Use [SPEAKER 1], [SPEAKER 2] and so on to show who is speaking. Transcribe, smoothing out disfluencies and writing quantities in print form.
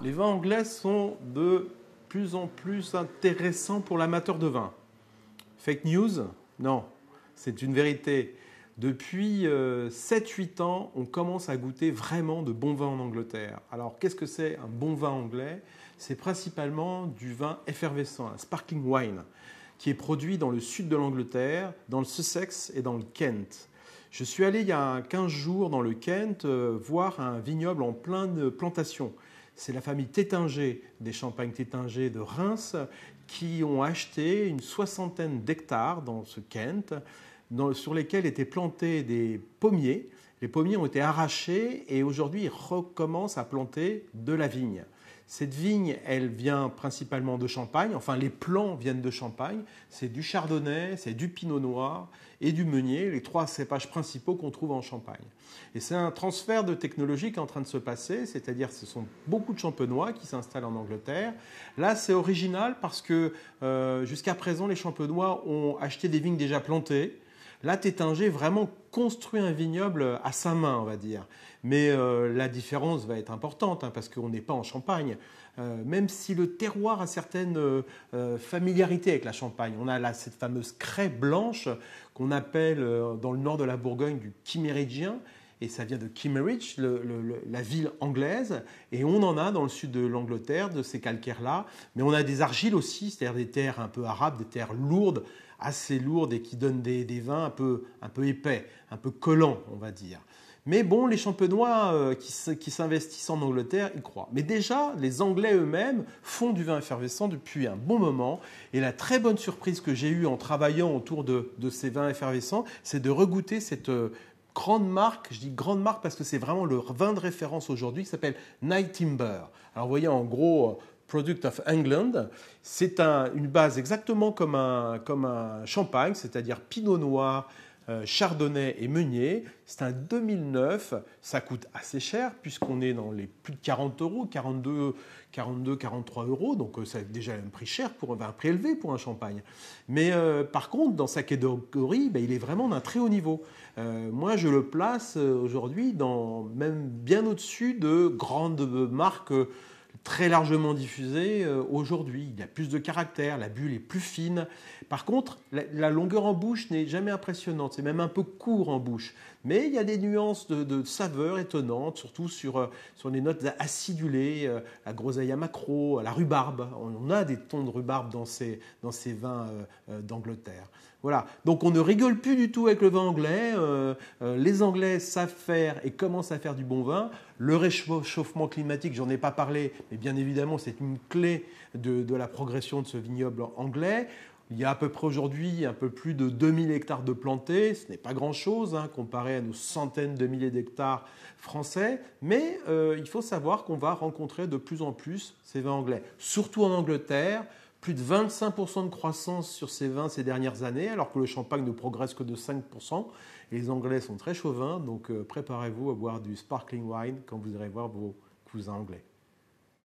[SPEAKER 1] Les vins anglais sont de plus en plus intéressants pour l'amateur de vin. Fake news? Non, c'est une vérité. Depuis 7-8 ans, on commence à goûter vraiment de bons vins en Angleterre. Alors, qu'est-ce que c'est un bon vin anglais? C'est principalement du vin effervescent, un sparkling wine, qui est produit dans le sud de l'Angleterre, dans le Sussex et dans le Kent. Je suis allé il y a 15 jours dans le Kent voir un vignoble en pleine plantation. C'est la famille Taittinger, des champagnes Taittinger de Reims, qui ont acheté une 60aine d'hectares dans ce Kent, sur lesquels étaient plantés des pommiers. Les pommiers ont été arrachés et aujourd'hui ils recommencent à planter de la vigne. Cette vigne, elle vient principalement de Champagne, enfin les plants viennent de Champagne, c'est du Chardonnay, c'est du Pinot Noir et du Meunier, les 3 cépages principaux qu'on trouve en Champagne. Et c'est un transfert de technologie qui est en train de se passer, c'est-à-dire que ce sont beaucoup de champenois qui s'installent en Angleterre. Là, c'est original parce que jusqu'à présent, les champenois ont acheté des vignes déjà plantées. Là, Taittinger vraiment construit un vignoble à sa main, on va dire. Mais la différence va être importante, parce qu'on n'est pas en Champagne. Même si le terroir a certaines familiarités avec la Champagne. On a là cette fameuse craie blanche qu'on appelle dans le nord de la Bourgogne du Kimmeridgien. Et ça vient de Kimmeridge, la ville anglaise. Et on en a dans le sud de l'Angleterre, de ces calcaires-là. Mais on a des argiles aussi, c'est-à-dire des terres un peu arabes, des terres lourdes, assez lourdes et qui donnent des vins un peu épais, un peu collants, on va dire. Mais bon, les champenois qui s'investissent en Angleterre, ils croient. Mais déjà, les Anglais eux-mêmes font du vin effervescent depuis un bon moment. Et la très bonne surprise que j'ai eue en travaillant autour de ces vins effervescents, c'est de regoûter cette grande marque. Je dis grande marque parce que c'est vraiment le vin de référence aujourd'hui qui s'appelle Night Timber. Alors vous voyez en gros... Product of England, c'est une base exactement comme un champagne, c'est-à-dire Pinot Noir, Chardonnay et Meunier. C'est un 2009, ça coûte assez cher puisqu'on est dans les plus de 40 euros, 42, 43 euros, donc c'est déjà un prix cher, un prix élevé pour un champagne. Mais par contre, dans sa catégorie, il est vraiment d'un très haut niveau. Moi, je le place aujourd'hui même bien au-dessus de grandes marques très largement diffusé aujourd'hui. Il y a plus de caractère, la bulle est plus fine. Par contre, la longueur en bouche n'est jamais impressionnante. C'est même un peu court en bouche. Mais il y a des nuances de saveurs étonnantes, surtout sur les notes acidulées, la groseille à maquereau, la rhubarbe. On a des tons de rhubarbe dans ces vins d'Angleterre. Voilà. Donc on ne rigole plus du tout avec le vin anglais. Les Anglais savent faire et commencent à faire du bon vin. Le réchauffement climatique, j'en ai pas parlé, mais bien évidemment c'est une clé de la progression de ce vignoble anglais. Il y a à peu près aujourd'hui un peu plus de 2000 hectares de plantés. Ce n'est pas grand-chose comparé à nos centaines de milliers d'hectares français. Mais il faut savoir qu'on va rencontrer de plus en plus ces vins anglais, surtout en Angleterre. Plus de 25% de croissance sur ces vins ces dernières années, alors que le champagne ne progresse que de 5%. Et les Anglais sont très chauvins, donc préparez-vous à boire du sparkling wine quand vous irez voir vos cousins anglais.